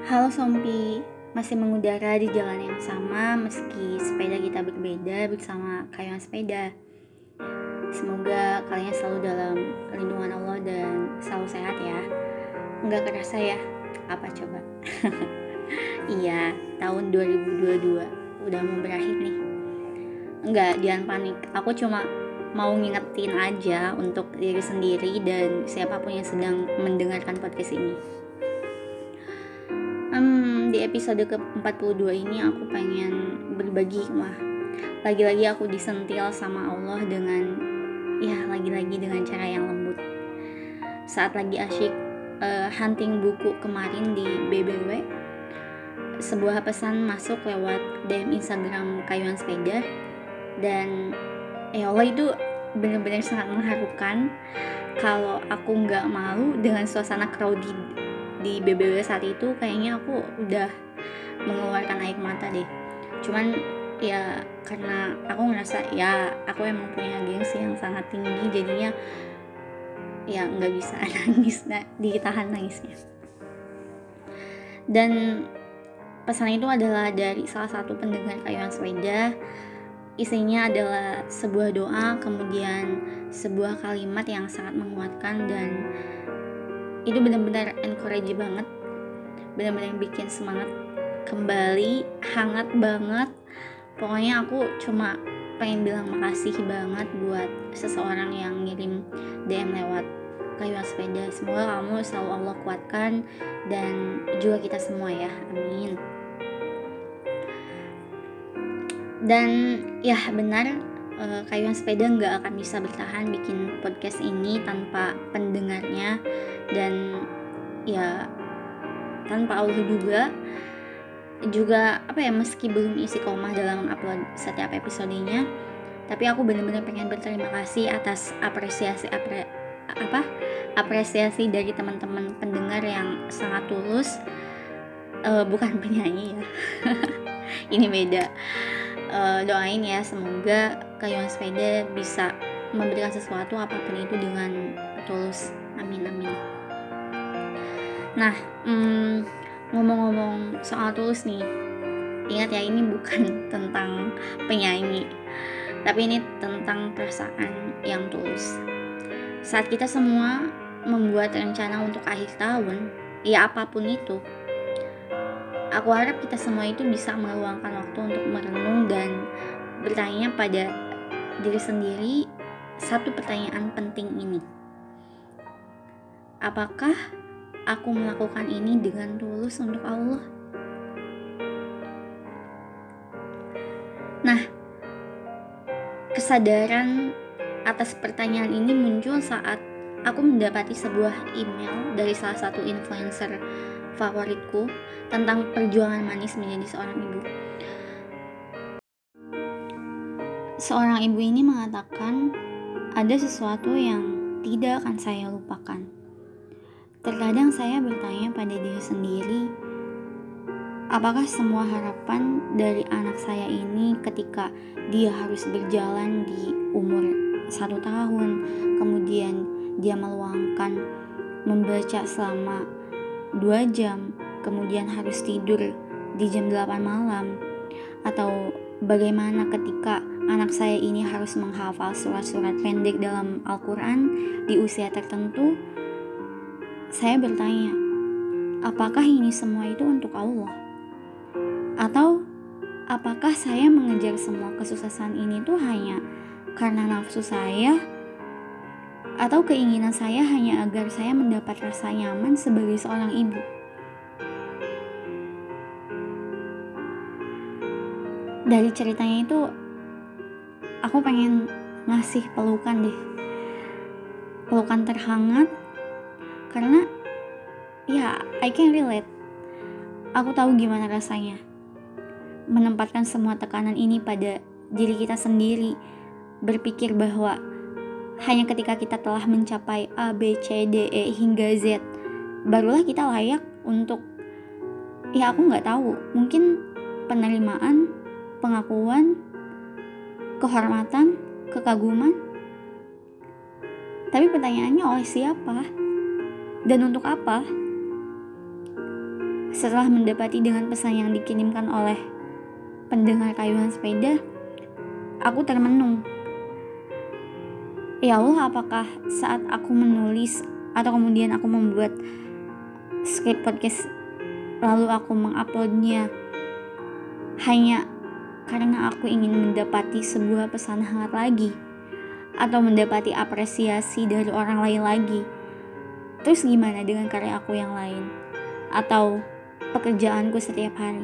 Halo Sompi, masih mengudara di jalan yang sama meski sepeda kita berbeda bersama Kayuan Sepeda. Semoga kalian selalu dalam lindungan Allah dan selalu sehat ya. Nggak kerasa ya, apa coba? Iya, tahun 2022 udah mau berakhir nih. Enggak, jangan panik, aku cuma mau ngingetin aja untuk diri sendiri dan siapapun yang sedang mendengarkan podcast ini. Di episode ke-42 ini aku pengen berbagi hikmah. Lagi-lagi aku disentil sama Allah lagi-lagi dengan cara yang lembut. Saat lagi asyik hunting buku kemarin di BBW, sebuah pesan masuk lewat DM Instagram Kayuan Sepeda, dan Allah itu benar-benar sangat mengharukan. Kalau aku nggak malu dengan suasana crowded di BBW saat itu, kayaknya aku udah mengeluarkan air mata deh. Cuman ya karena aku ngerasa ya aku emang punya gengsi yang sangat tinggi, jadinya ya nggak bisa nangis, ditahan nangisnya. Dan pesan itu adalah dari salah satu pendengar Kayuan Sepeda. Isinya adalah sebuah doa, kemudian sebuah kalimat yang sangat menguatkan, dan itu benar-benar encourage banget, benar-benar bikin semangat kembali, hangat banget. Pokoknya aku cuma pengen bilang makasih banget buat seseorang yang ngirim DM lewat Kayuan Sepeda. Semoga kamu selalu Allah kuatkan dan juga kita semua ya, amin. Dan ya benar, Kayuan Sepeda nggak akan bisa bertahan bikin podcast ini tanpa pendengarnya, dan ya tanpa Allah juga meski belum isi komah dalam upload setiap episodenya, tapi aku benar-benar pengen berterima kasih atas apresiasi dari teman-teman pendengar yang sangat tulus. Bukan penyanyi ya. Ini beda. Doain ya, semoga Kayuan Sepeda bisa memberikan sesuatu apapun itu dengan tulus, amin. Nah, ngomong-ngomong soal tulus nih, ingat ya, ini bukan tentang penyanyi, tapi ini tentang perasaan yang tulus. Saat kita semua membuat rencana untuk akhir tahun, ya apapun itu, aku harap kita semua itu bisa meluangkan waktu untuk merenung dan bertanya pada diri sendiri satu pertanyaan penting ini. Apakah aku melakukan ini dengan tulus untuk Allah? Nah, kesadaran atas pertanyaan ini muncul saat aku mendapati sebuah email dari salah satu influencer favoritku tentang perjuangan manis menjadi seorang ibu. Seorang ibu ini mengatakan ada sesuatu yang tidak akan saya lupakan. Terkadang saya bertanya pada diri sendiri, apakah semua harapan dari anak saya ini ketika dia harus berjalan di umur 1 tahun, kemudian dia meluangkan membaca selama 2 jam, kemudian harus tidur di jam 8 malam, atau bagaimana ketika anak saya ini harus menghafal surat-surat pendek dalam Al-Quran di usia tertentu. Saya bertanya, apakah ini semua itu untuk Allah? Atau apakah saya mengejar semua kesuksesan ini tuh hanya karena nafsu saya, atau keinginan saya hanya agar saya mendapat rasa nyaman sebagai seorang ibu? Dari ceritanya itu, aku pengen ngasih pelukan terhangat, karena ya I can relate. Aku tahu gimana rasanya menempatkan semua tekanan ini pada diri kita sendiri, berpikir bahwa hanya ketika kita telah mencapai A, B, C, D, E hingga Z, barulah kita layak untuk, ya aku gak tahu, mungkin penerimaan, pengakuan, kehormatan, kekaguman. Tapi pertanyaannya, oleh siapa? Dan untuk apa? Setelah mendapati dengan pesan yang dikirimkan oleh pendengar Kayuhan Sepeda, aku termenung. Ya Allah, apakah saat aku menulis atau kemudian aku membuat skrip podcast lalu aku menguploadnya hanya karena aku ingin mendapati sebuah pesan hangat lagi atau mendapati apresiasi dari orang lain lagi? Terus gimana dengan karya aku yang lain atau pekerjaanku setiap hari?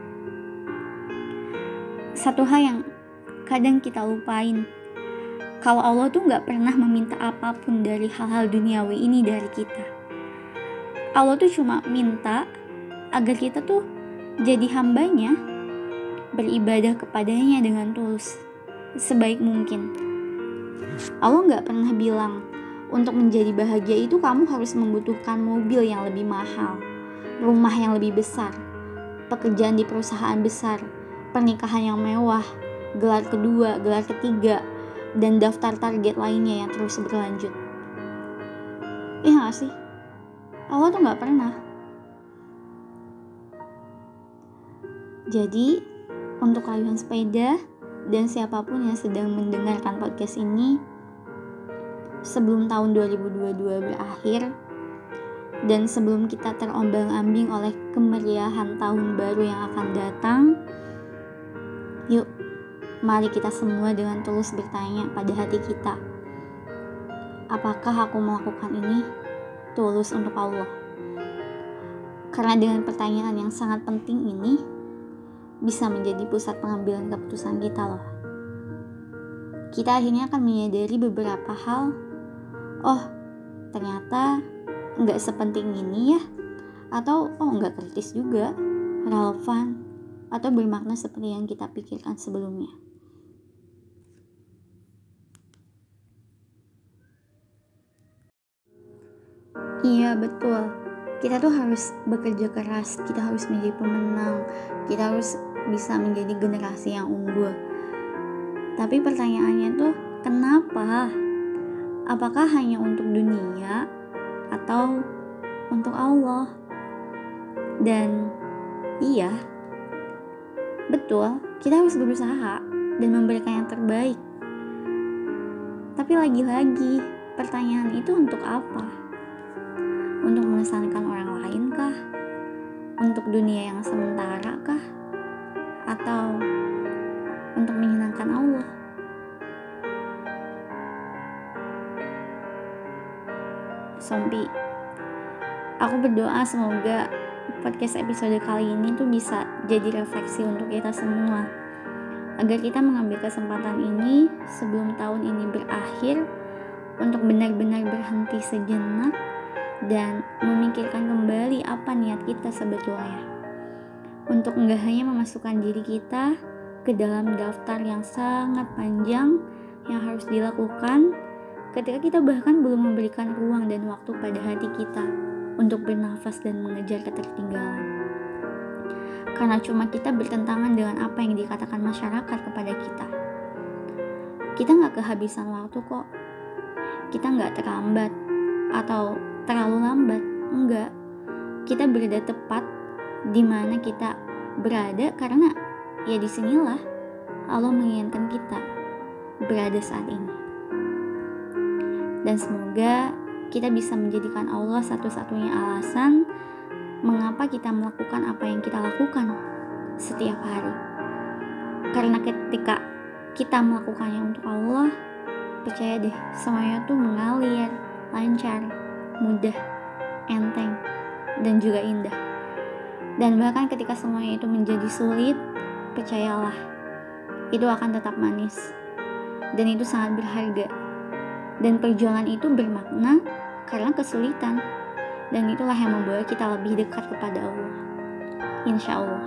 Satu hal yang kadang kita lupain, kalau Allah tuh gak pernah meminta apapun dari hal-hal duniawi ini dari kita. Allah tuh cuma minta agar kita tuh jadi hambanya, beribadah kepadanya dengan tulus, sebaik mungkin. Allah gak pernah bilang, untuk menjadi bahagia itu kamu harus membutuhkan mobil yang lebih mahal, rumah yang lebih besar, pekerjaan di perusahaan besar, pernikahan yang mewah, gelar kedua, gelar ketiga, dan daftar target lainnya yang terus berlanjut. Iya gak sih? Allah tuh gak pernah. Jadi, untuk Kayuhan Sepeda dan siapapun yang sedang mendengarkan podcast ini, sebelum tahun 2022 berakhir, dan sebelum kita terombang-ambing oleh kemeriahan tahun baru yang akan datang, yuk, mari kita semua dengan tulus bertanya pada hati kita, apakah aku melakukan ini tulus untuk Allah? Karena dengan pertanyaan yang sangat penting ini bisa menjadi pusat pengambilan keputusan kita loh. Kita akhirnya akan menyadari beberapa hal. Oh, ternyata nggak sepenting ini ya, atau nggak kritis juga, relevan, atau bermakna seperti yang kita pikirkan sebelumnya. Iya, betul. Kita tuh harus bekerja keras, kita harus menjadi pemenang, kita harus bisa menjadi generasi yang unggul. Tapi pertanyaannya tuh, kenapa? Apakah hanya untuk dunia atau untuk Allah? Dan iya, betul, kita harus berusaha dan memberikan yang terbaik. Tapi lagi-lagi, pertanyaan itu untuk apa? Untuk mengesankan orang lain kah? Untuk dunia yang sementara kah? Atau untuk menyenangkan Allah? Sompi, aku berdoa semoga podcast episode kali ini tuh bisa jadi refleksi untuk kita semua, agar kita mengambil kesempatan ini sebelum tahun ini berakhir untuk benar-benar berhenti sejenak dan memikirkan kembali apa niat kita sebetulnya, untuk enggak hanya memasukkan diri kita ke dalam daftar yang sangat panjang yang harus dilakukan ketika kita bahkan belum memberikan ruang dan waktu pada hati kita untuk bernafas dan mengejar ketertinggalan. Karena cuma kita bertentangan dengan apa yang dikatakan masyarakat kepada kita. Kita gak kehabisan waktu kok. Kita gak terlambat atau terlalu lambat. Enggak. Kita berada tepat di mana kita berada, karena ya disinilah Allah menginginkan kita berada saat ini. Dan semoga kita bisa menjadikan Allah satu-satunya alasan mengapa kita melakukan apa yang kita lakukan setiap hari. Karena ketika kita melakukannya untuk Allah, percaya deh, semuanya tuh mengalir, lancar, mudah, enteng, dan juga indah. Dan bahkan ketika semuanya itu menjadi sulit, percayalah, itu akan tetap manis. Dan itu sangat berharga. Dan perjuangan itu bermakna karena kesulitan. Dan itulah yang membawa kita lebih dekat kepada Allah, insya Allah.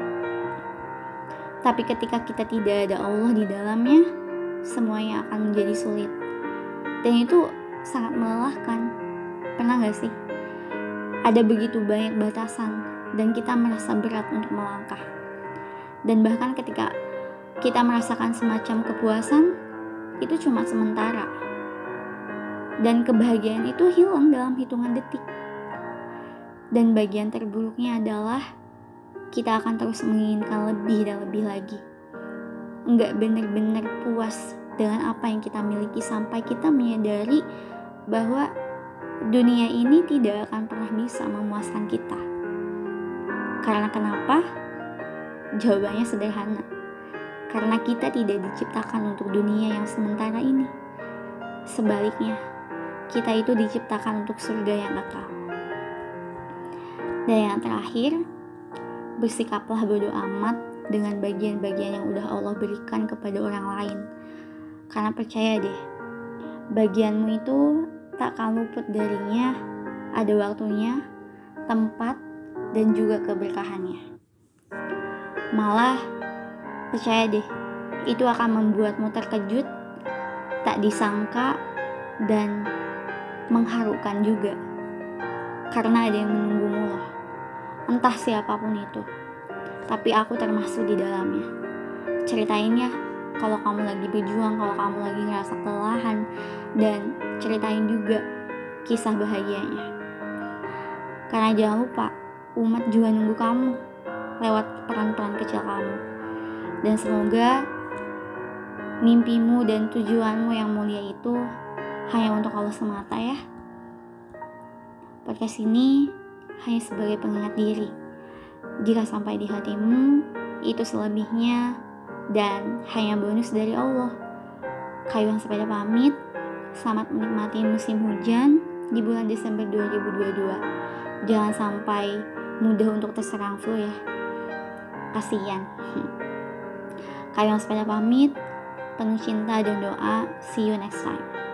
Tapi ketika kita tidak ada Allah di dalamnya, semuanya akan menjadi sulit. Dan itu sangat melelahkan. Pernah gak sih? Ada begitu banyak batasan dan kita merasa berat untuk melangkah. Dan bahkan ketika kita merasakan semacam kepuasan, itu cuma sementara. Dan kebahagiaan itu hilang dalam hitungan detik. Dan bagian terburuknya adalah kita akan terus menginginkan lebih dan lebih lagi. Nggak benar-benar puas dengan apa yang kita miliki sampai kita menyadari bahwa dunia ini tidak akan pernah bisa memuaskan kita. Karena kenapa? Jawabannya sederhana. Karena kita tidak diciptakan untuk dunia yang sementara ini. Sebaliknya, kita itu diciptakan untuk surga yang kekal. Dan yang terakhir, bersikaplah bodo amat dengan bagian-bagian yang udah Allah berikan kepada orang lain. Karena percaya deh, bagianmu itu tak akan luput darinya, ada waktunya, tempat, dan juga keberkahannya. Malah, percaya deh, itu akan membuatmu terkejut, tak disangka, dan mengharukan juga. Karena ada yang menunggumu loh. Entah siapapun itu, tapi aku termasuk di dalamnya. Ceritain ya kalau kamu lagi berjuang, kalau kamu lagi ngerasa kelelahan, dan ceritain juga kisah bahagianya. Karena jangan lupa, umat juga nunggu kamu lewat peran-peran kecil kamu. Dan semoga mimpimu dan tujuanmu yang mulia itu hanya untuk Allah semata ya. Podcast ini hanya sebagai pengingat diri. Jika sampai di hatimu, itu selebihnya dan hanya bonus dari Allah. Kayuhan Sepeda pamit. Selamat menikmati musim hujan di bulan Desember 2022. Jangan sampai mudah untuk terserang flu ya. Kasian. Kayuhan Sepeda pamit. Penuh cinta dan doa. See you next time.